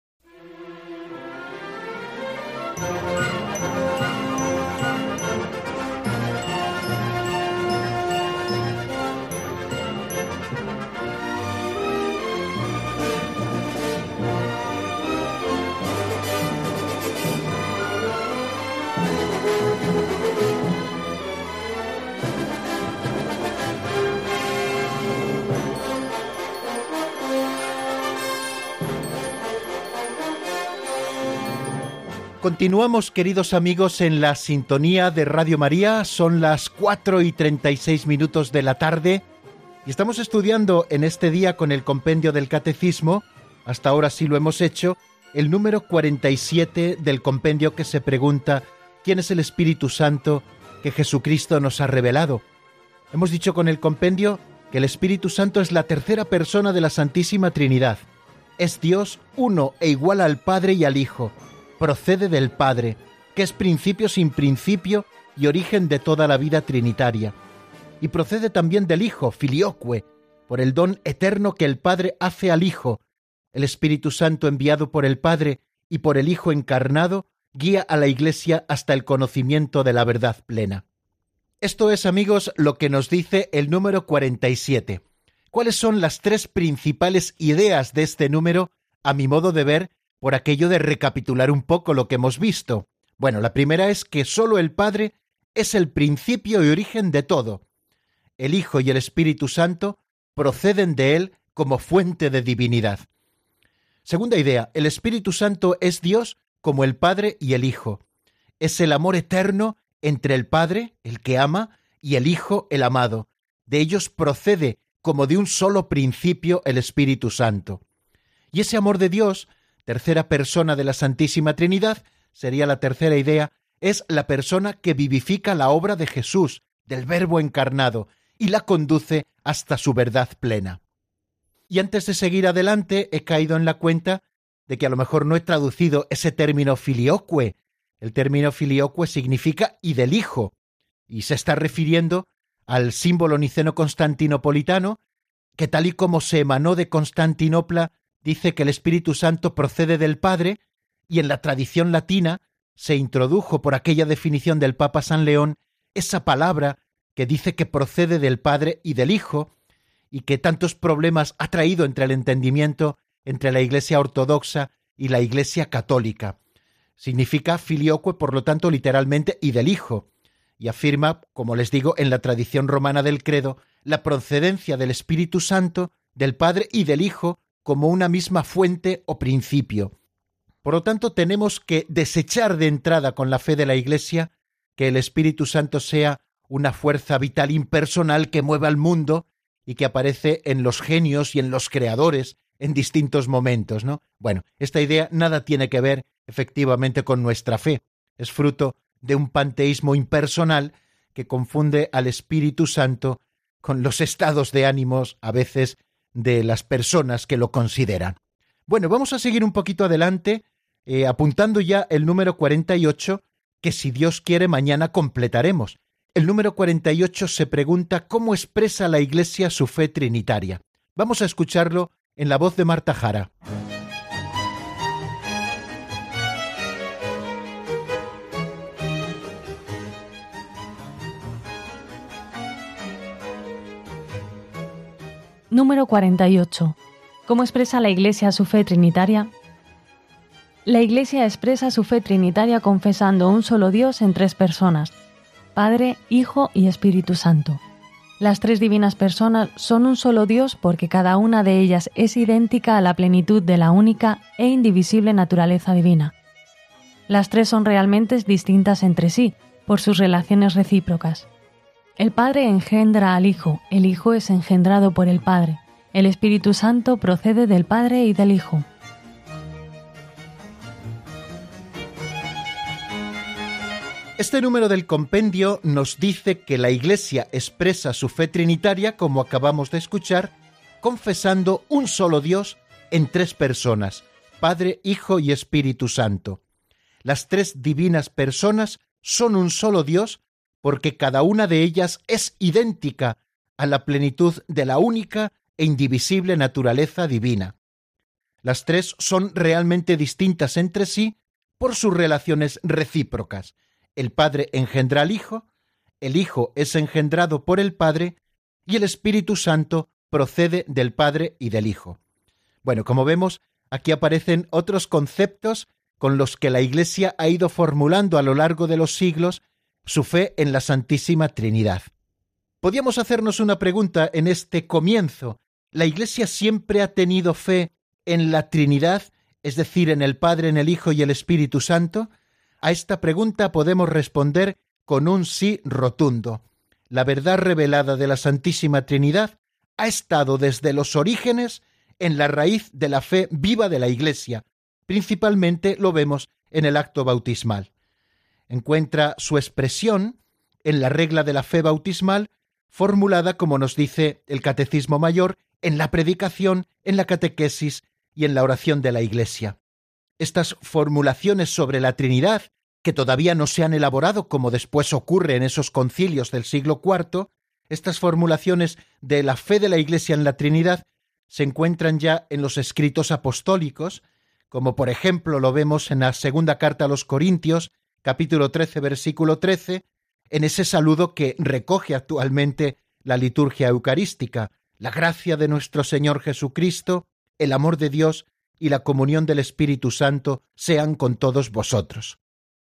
Continuamos, queridos amigos, en la sintonía de Radio María. Son las cuatro y treinta y seis minutos de la tarde y estamos estudiando en este día con el Compendio del Catecismo, hasta ahora sí lo hemos hecho, el número cuarenta y siete del compendio, que se pregunta ¿quién es el Espíritu Santo que Jesucristo nos ha revelado? Hemos dicho con el compendio que el Espíritu Santo es la tercera persona de la Santísima Trinidad. Es Dios uno e igual al Padre y al Hijo. Procede del Padre, que es principio sin principio y origen de toda la vida trinitaria. Y procede también del Hijo, filioque, por el don eterno que el Padre hace al Hijo. El Espíritu Santo enviado por el Padre y por el Hijo encarnado guía a la Iglesia hasta el conocimiento de la verdad plena. Esto es, amigos, lo que nos dice el número cuarenta y siete. ¿Cuáles son las tres principales ideas de este número, a mi modo de ver, por aquello de recapitular un poco lo que hemos visto? Bueno, la primera es que solo el Padre es el principio y origen de todo. El Hijo y el Espíritu Santo proceden de Él como fuente de divinidad. Segunda idea, el Espíritu Santo es Dios como el Padre y el Hijo. Es el amor eterno entre el Padre, el que ama, y el Hijo, el amado. De ellos procede como de un solo principio el Espíritu Santo. Y ese amor de Dios, tercera persona de la Santísima Trinidad, sería la tercera idea, es la persona que vivifica la obra de Jesús, del Verbo encarnado, y la conduce hasta su verdad plena. Y antes de seguir adelante, he caído en la cuenta de que a lo mejor no he traducido ese término filioque. El término filioque significa y del Hijo, y se está refiriendo al símbolo niceno-constantinopolitano, que tal y como se emanó de Constantinopla, dice que el Espíritu Santo procede del Padre, y en la tradición latina se introdujo por aquella definición del Papa San León esa palabra que dice que procede del Padre y del Hijo, y que tantos problemas ha traído entre el entendimiento entre la Iglesia ortodoxa y la Iglesia católica. Significa filioque, por lo tanto, literalmente, y del Hijo, y afirma, como les digo, en la tradición romana del credo, la procedencia del Espíritu Santo, del Padre y del Hijo, como una misma fuente o principio. Por lo tanto, tenemos que desechar de entrada con la fe de la Iglesia que el Espíritu Santo sea una fuerza vital impersonal que mueve al mundo y que aparece en los genios y en los creadores en distintos momentos, ¿no? Bueno, esta idea nada tiene que ver efectivamente con nuestra fe. Es fruto de un panteísmo impersonal que confunde al Espíritu Santo con los estados de ánimos, a veces, de las personas que lo consideran. Bueno, vamos a seguir un poquito adelante, eh, apuntando ya el número cuarenta y ocho, que si Dios quiere mañana completaremos. El número cuarenta y ocho se pregunta cómo expresa la Iglesia su fe trinitaria. Vamos a escucharlo en la voz de Marta Jara. Número cuarenta y ocho. ¿Cómo expresa la Iglesia su fe trinitaria? La Iglesia expresa su fe trinitaria confesando un solo Dios en tres personas, Padre, Hijo y Espíritu Santo. Las tres divinas personas son un solo Dios porque cada una de ellas es idéntica a la plenitud de la única e indivisible naturaleza divina. Las tres son realmente distintas entre sí, por sus relaciones recíprocas. El Padre engendra al Hijo, el Hijo es engendrado por el Padre, el Espíritu Santo procede del Padre y del Hijo. Este número del compendio nos dice que la Iglesia expresa su fe trinitaria, como acabamos de escuchar, confesando un solo Dios en tres personas, Padre, Hijo y Espíritu Santo. Las tres divinas personas son un solo Dios porque cada una de ellas es idéntica a la plenitud de la única e indivisible naturaleza divina. Las tres son realmente distintas entre sí por sus relaciones recíprocas. El Padre engendra al Hijo, el Hijo es engendrado por el Padre y el Espíritu Santo procede del Padre y del Hijo. Bueno, como vemos, aquí aparecen otros conceptos con los que la Iglesia ha ido formulando a lo largo de los siglos su fe en la Santísima Trinidad. Podríamos hacernos una pregunta en este comienzo. ¿La Iglesia siempre ha tenido fe en la Trinidad, es decir, en el Padre, en el Hijo y el Espíritu Santo? A esta pregunta podemos responder con un sí rotundo. La verdad revelada de la Santísima Trinidad ha estado desde los orígenes en la raíz de la fe viva de la Iglesia. Principalmente lo vemos en el acto bautismal. Encuentra su expresión en la regla de la fe bautismal, formulada, como nos dice el Catecismo Mayor, en la predicación, en la catequesis y en la oración de la Iglesia. Estas formulaciones sobre la Trinidad, que todavía no se han elaborado como después ocurre en esos concilios del siglo cuarto, estas formulaciones de la fe de la Iglesia en la Trinidad se encuentran ya en los escritos apostólicos, como por ejemplo lo vemos en la segunda carta a los Corintios, capítulo trece, versículo trece, en ese saludo que recoge actualmente la liturgia eucarística: la gracia de nuestro Señor Jesucristo, el amor de Dios y la comunión del Espíritu Santo sean con todos vosotros.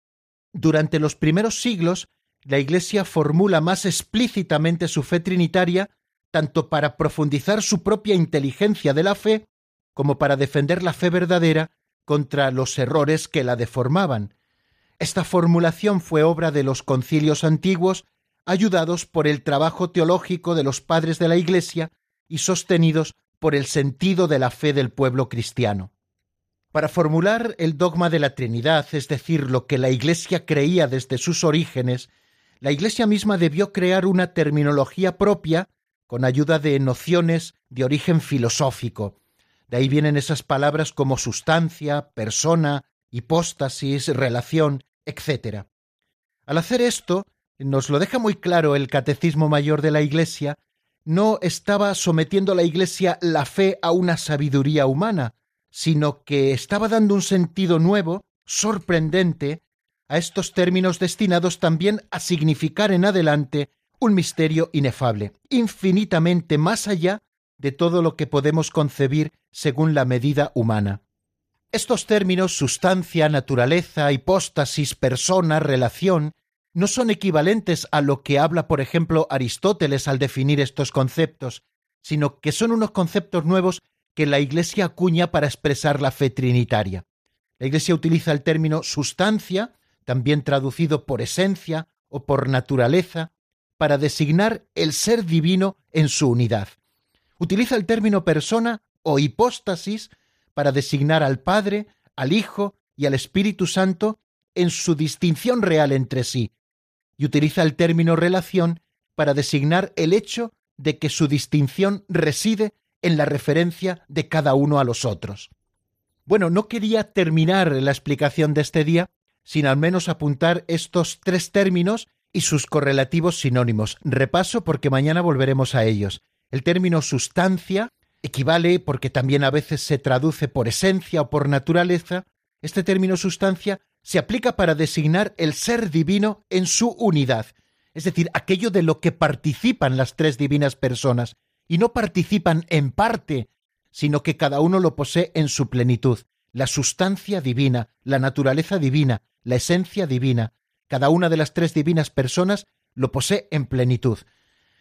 Durante los primeros siglos, la Iglesia formula más explícitamente su fe trinitaria, tanto para profundizar su propia inteligencia de la fe, como para defender la fe verdadera contra los errores que la deformaban. Esta formulación fue obra de los concilios antiguos, ayudados por el trabajo teológico de los padres de la Iglesia y sostenidos por el sentido de la fe del pueblo cristiano. Para formular el dogma de la Trinidad, es decir, lo que la Iglesia creía desde sus orígenes, la Iglesia misma debió crear una terminología propia con ayuda de nociones de origen filosófico. De ahí vienen esas palabras como sustancia, persona, hipóstasis, relación, etcétera. Al hacer esto, nos lo deja muy claro el Catecismo Mayor de la Iglesia, no estaba sometiendo la Iglesia la fe a una sabiduría humana, sino que estaba dando un sentido nuevo, sorprendente, a estos términos destinados también a significar en adelante un misterio inefable, infinitamente más allá de todo lo que podemos concebir según la medida humana. Estos términos, sustancia, naturaleza, hipóstasis, persona, relación, no son equivalentes a lo que habla, por ejemplo, Aristóteles al definir estos conceptos, sino que son unos conceptos nuevos que la Iglesia acuña para expresar la fe trinitaria. La Iglesia utiliza el término sustancia, también traducido por esencia o por naturaleza, para designar el ser divino en su unidad. Utiliza el término persona o hipóstasis para designar al Padre, al Hijo y al Espíritu Santo en su distinción real entre sí, y utiliza el término relación para designar el hecho de que su distinción reside en la referencia de cada uno a los otros. Bueno, no quería terminar la explicación de este día sin al menos apuntar estos tres términos y sus correlativos sinónimos. Repaso porque mañana volveremos a ellos. El término sustancia equivale, porque también a veces se traduce por esencia o por naturaleza, este término sustancia se aplica para designar el ser divino en su unidad, es decir, aquello de lo que participan las tres divinas personas, y no participan en parte, sino que cada uno lo posee en su plenitud, la sustancia divina, la naturaleza divina, la esencia divina, cada una de las tres divinas personas lo posee en plenitud.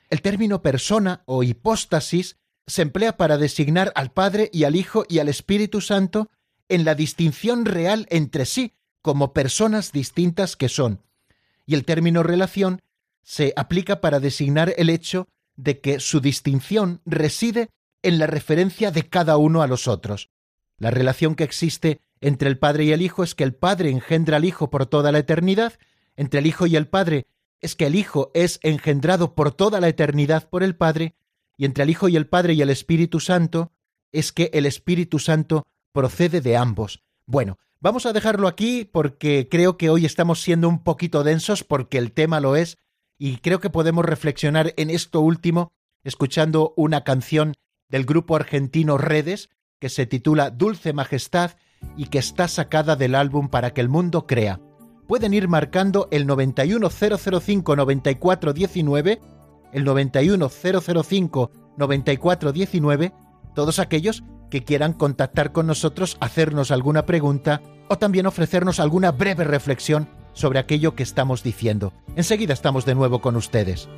El término persona o hipóstasis se emplea para designar al Padre y al Hijo y al Espíritu Santo en la distinción real entre sí, como personas distintas que son. Y el término relación se aplica para designar el hecho de que su distinción reside en la referencia de cada uno a los otros. La relación que existe entre el Padre y el Hijo es que el Padre engendra al Hijo por toda la eternidad, entre el Hijo y el Padre es que el Hijo es engendrado por toda la eternidad por el Padre, y entre el Hijo y el Padre y el Espíritu Santo es que el Espíritu Santo procede de ambos. Bueno, vamos a dejarlo aquí porque creo que hoy estamos siendo un poquito densos porque el tema lo es, y creo que podemos reflexionar en esto último escuchando una canción del grupo argentino Redes que se titula Dulce Majestad y que está sacada del álbum Para que el mundo crea. Pueden ir marcando el noventa y uno cero cero cinco noventa y cuatro diecinueve, el noventa y uno cero cero cinco noventa y cuatro diecinueve, todos aquellos que quieran contactar con nosotros, hacernos alguna pregunta o también ofrecernos alguna breve reflexión sobre aquello que estamos diciendo. Enseguida estamos de nuevo con ustedes.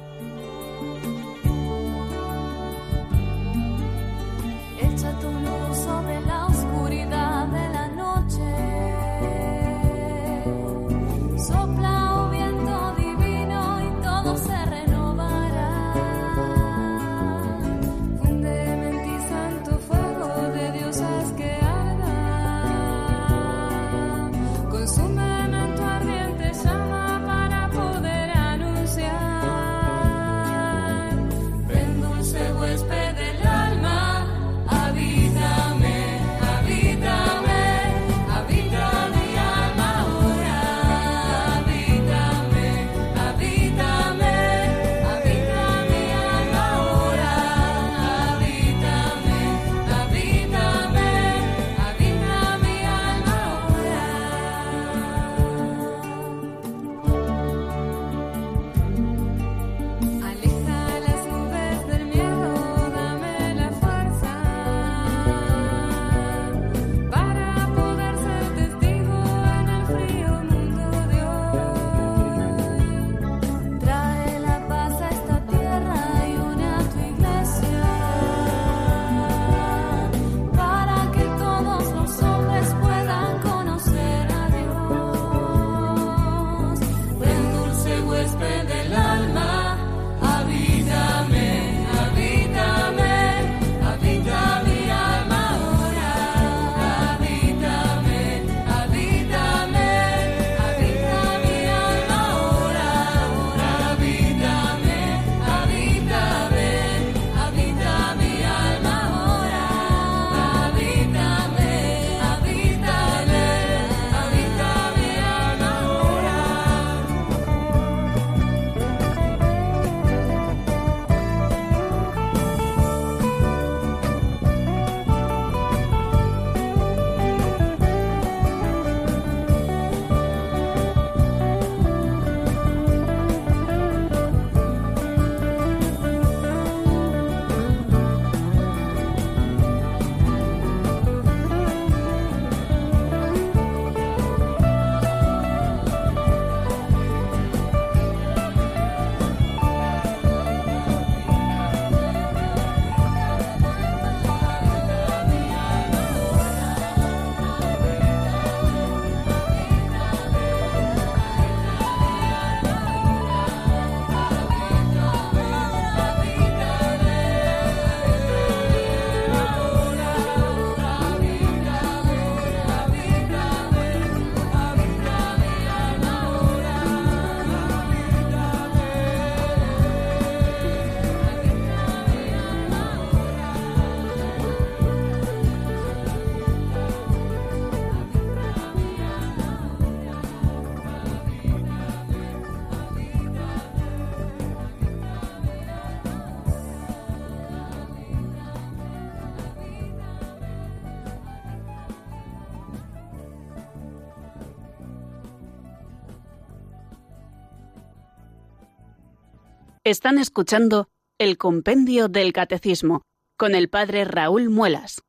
Están escuchando el Compendio del Catecismo con el Padre Raúl Muelas.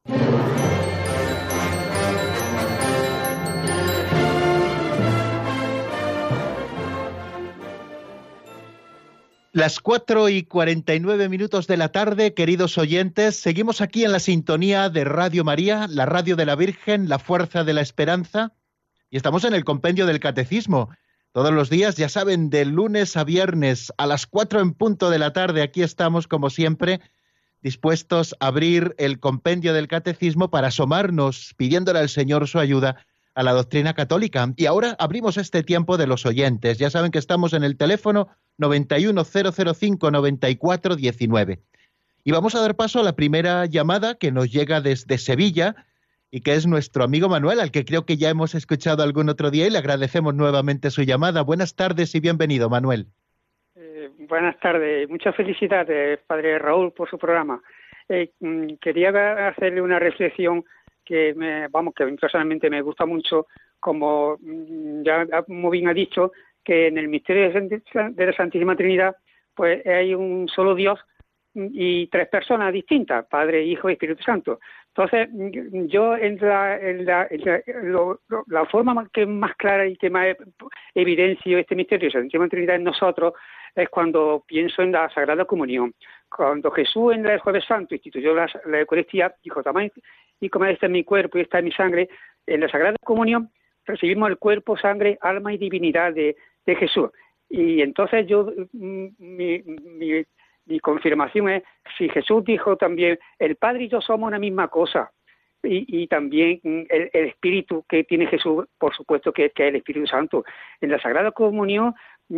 Las cuatro y cuarenta y nueve minutos de la tarde, queridos oyentes, seguimos aquí en la sintonía de Radio María, la radio de la Virgen, la fuerza de la esperanza, y estamos en el compendio del Catecismo. Todos los días, ya saben, de lunes a viernes a las cuatro en punto de la tarde, aquí estamos, como siempre, dispuestos a abrir el compendio del Catecismo para asomarnos, pidiéndole al Señor su ayuda a la doctrina católica. Y ahora abrimos este tiempo de los oyentes. Ya saben que estamos en el teléfono noventa y uno, cero cero cinco, noventa y cuatro diecinueve. Y vamos a dar paso a la primera llamada que nos llega desde Sevilla y que es nuestro amigo Manuel, al que creo que ya hemos escuchado algún otro día y le agradecemos nuevamente su llamada. Buenas tardes y bienvenido, Manuel. Eh, buenas tardes. Muchas felicidades, Padre Raúl, por su programa. Eh, quería hacerle una reflexión que, me, vamos, que personalmente me gusta mucho, como ya muy bien ha dicho, que en el misterio de la Santísima Trinidad pues hay un solo Dios y tres personas distintas, Padre, Hijo y Espíritu Santo. Entonces, yo en la, en la, en la, lo, lo, la forma que más clara y que más evidencio este misterio de la Santísima Trinidad en nosotros es cuando pienso en la Sagrada Comunión. Cuando Jesús en el Jueves Santo instituyó la, la Eucaristía, dijo, tomad y comed, este es mi cuerpo y esta es mi sangre, en la Sagrada Comunión recibimos el cuerpo, sangre, alma y divinidad de, de Jesús. Y entonces yo, mi, mi, mi confirmación es, si Jesús dijo también, el Padre y yo somos una misma cosa, y, y también el, el Espíritu que tiene Jesús, por supuesto que, que es el Espíritu Santo. En la Sagrada Comunión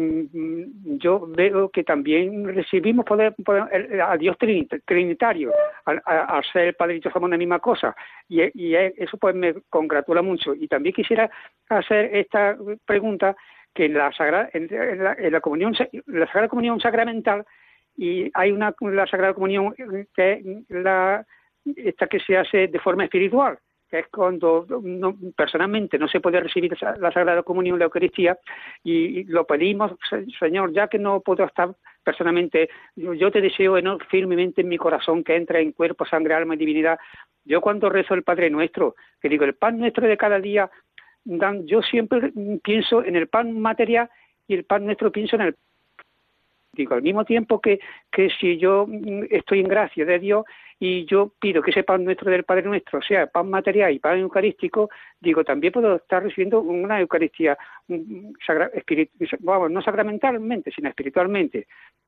yo veo que también recibimos poder, poder a Dios trinitario, al, al ser el Padre y yo somos una misma cosa, y, y eso pues me congratula mucho. Y también quisiera hacer esta pregunta, que en la Sagrada, en la, en la comunión, la Sagrada Comunión sacramental, y hay una la Sagrada Comunión que es la esta que se hace de forma espiritual, que es cuando no, personalmente no se puede recibir la Sagrada Comunión, la Eucaristía, y lo pedimos, Señor, ya que no puedo estar personalmente, yo te deseo firmemente en mi corazón que entre en cuerpo, sangre, alma y divinidad. Yo cuando rezo el Padre Nuestro, que digo, el pan nuestro de cada día, dan, yo siempre pienso en el pan material y el pan nuestro pienso en el digo, al mismo tiempo que, que si yo estoy en gracia de Dios y yo pido que ese pan nuestro del Padre Nuestro sea pan material y pan eucarístico, digo, también puedo estar recibiendo una Eucaristía, sagra, espiritu, vamos, no sacramentalmente, sino espiritualmente.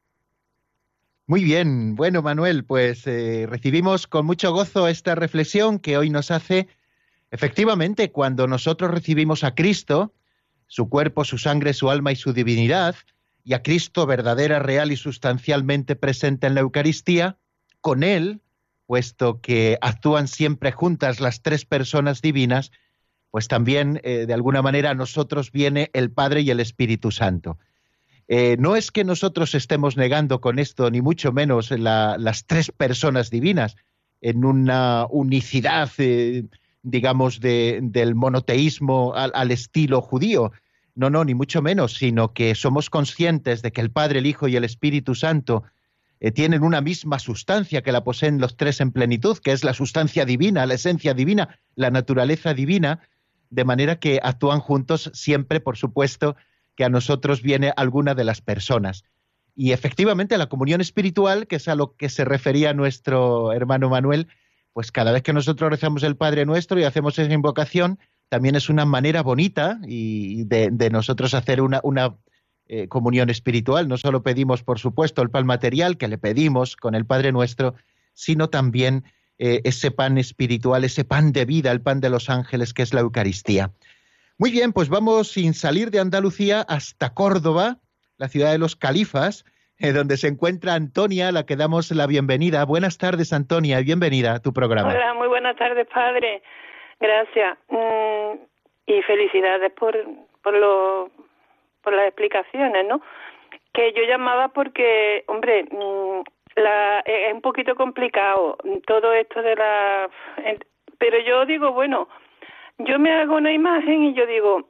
Muy bien, bueno, Manuel, pues eh, recibimos con mucho gozo esta reflexión que hoy nos hace, efectivamente, cuando nosotros recibimos a Cristo, su cuerpo, su sangre, su alma y su divinidad, y a Cristo verdadera, real y sustancialmente presente en la Eucaristía, con Él, puesto que actúan siempre juntas las tres personas divinas, pues también, eh, de alguna manera, a nosotros viene el Padre y el Espíritu Santo. Eh, no es que nosotros estemos negando con esto, ni mucho menos la, las tres personas divinas, en una unicidad, eh, digamos, de, del monoteísmo al, al estilo judío. No, no, ni mucho menos, sino que somos conscientes de que el Padre, el Hijo y el Espíritu Santo eh, tienen una misma sustancia, que la poseen los tres en plenitud, que es la sustancia divina, la esencia divina, la naturaleza divina, de manera que actúan juntos siempre, por supuesto, que a nosotros viene alguna de las personas. Y efectivamente la comunión espiritual, que es a lo que se refería nuestro hermano Manuel, pues cada vez que nosotros rezamos el Padre Nuestro y hacemos esa invocación, también es una manera bonita y de, de nosotros hacer una, una eh, comunión espiritual. No solo pedimos, por supuesto, el pan material que le pedimos con el Padre Nuestro, sino también eh, ese pan espiritual, ese pan de vida, el pan de los ángeles, que es la Eucaristía. Muy bien, pues vamos sin salir de Andalucía hasta Córdoba, la ciudad de los califas, eh, donde se encuentra Antonia, a la que damos la bienvenida. Buenas tardes, Antonia, y bienvenida a tu programa. Hola, muy buenas tardes, padre. Gracias. Mm, y felicidades por por, lo, por las explicaciones, ¿no? Que yo llamaba porque, hombre, mm, la, es un poquito complicado todo esto de la... Pero yo digo, bueno, yo me hago una imagen y yo digo...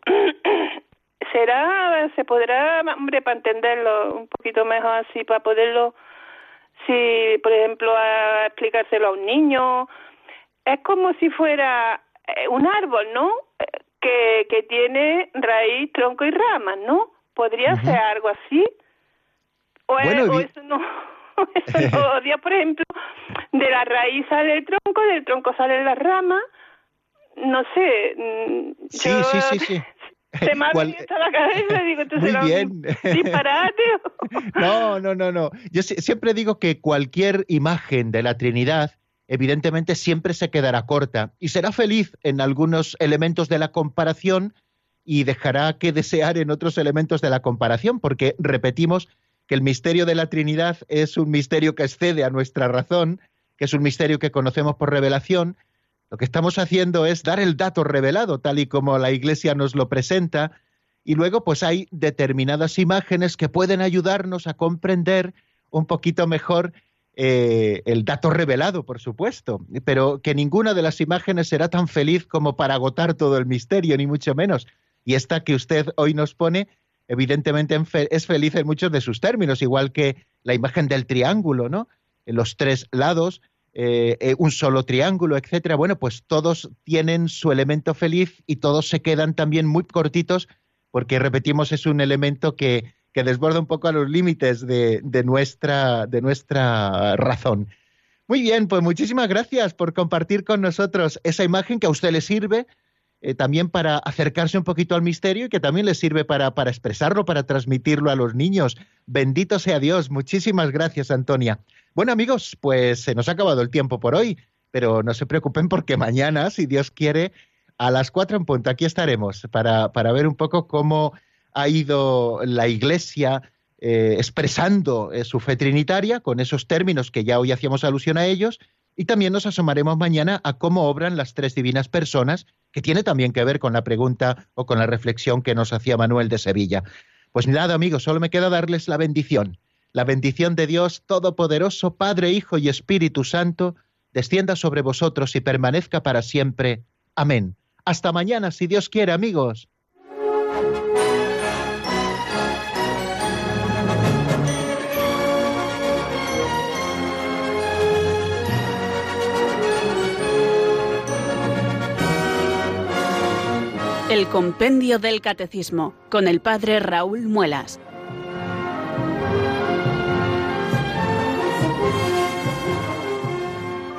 ¿Será, se podrá, hombre, para entenderlo un poquito mejor así, para poderlo, si, por ejemplo, a explicárselo a un niño, es como si fuera un árbol, ¿no? Que, que tiene raíz, tronco y ramas, ¿no? ¿Podría uh-huh. ser algo así? O, Bueno, es, o vi... eso no... Eso no. O Dios, por ejemplo, de la raíz sale el tronco, del tronco sale la rama. No sé. Sí, yo... sí, sí, sí. Se me ha ¿Cuál... venido esto a la cabeza y digo, esto Muy será bien. un disparate. No, no, no, no. Yo si- siempre digo que cualquier imagen de la Trinidad, evidentemente, siempre se quedará corta y será feliz en algunos elementos de la comparación y dejará que desear en otros elementos de la comparación, porque repetimos que el misterio de la Trinidad es un misterio que excede a nuestra razón, que es un misterio que conocemos por revelación. Lo que estamos haciendo es dar el dato revelado, tal y como la Iglesia nos lo presenta, y luego pues hay determinadas imágenes que pueden ayudarnos a comprender un poquito mejor eh, el dato revelado, por supuesto, pero que ninguna de las imágenes será tan feliz como para agotar todo el misterio, ni mucho menos. Y esta que usted hoy nos pone, evidentemente es feliz en muchos de sus términos, igual que la imagen del triángulo, ¿no? En los tres lados, eh, eh, un solo triángulo, etcétera. Bueno, pues todos tienen su elemento feliz y todos se quedan también muy cortitos, porque repetimos, es un elemento que, que desborda un poco a los límites de, de, nuestra, de nuestra razón. Muy bien, pues muchísimas gracias por compartir con nosotros esa imagen que a usted le sirve eh, también para acercarse un poquito al misterio y que también le sirve para, para expresarlo, para transmitirlo a los niños. Bendito sea Dios. Muchísimas gracias, Antonia. Bueno, amigos, pues se nos ha acabado el tiempo por hoy, pero no se preocupen porque mañana, si Dios quiere, a las cuatro en punto aquí estaremos para, para ver un poco cómo ha ido la Iglesia eh, expresando eh, su fe trinitaria con esos términos que ya hoy hacíamos alusión a ellos, y también nos asomaremos mañana a cómo obran las tres divinas personas, que tiene también que ver con la pregunta o con la reflexión que nos hacía Manuel de Sevilla. Pues nada, amigos, solo me queda darles la bendición. La bendición de Dios Todopoderoso, Padre, Hijo y Espíritu Santo, descienda sobre vosotros y permanezca para siempre. Amén. Hasta mañana, si Dios quiere, amigos. El Compendio del Catecismo, con el Padre Raúl Muelas.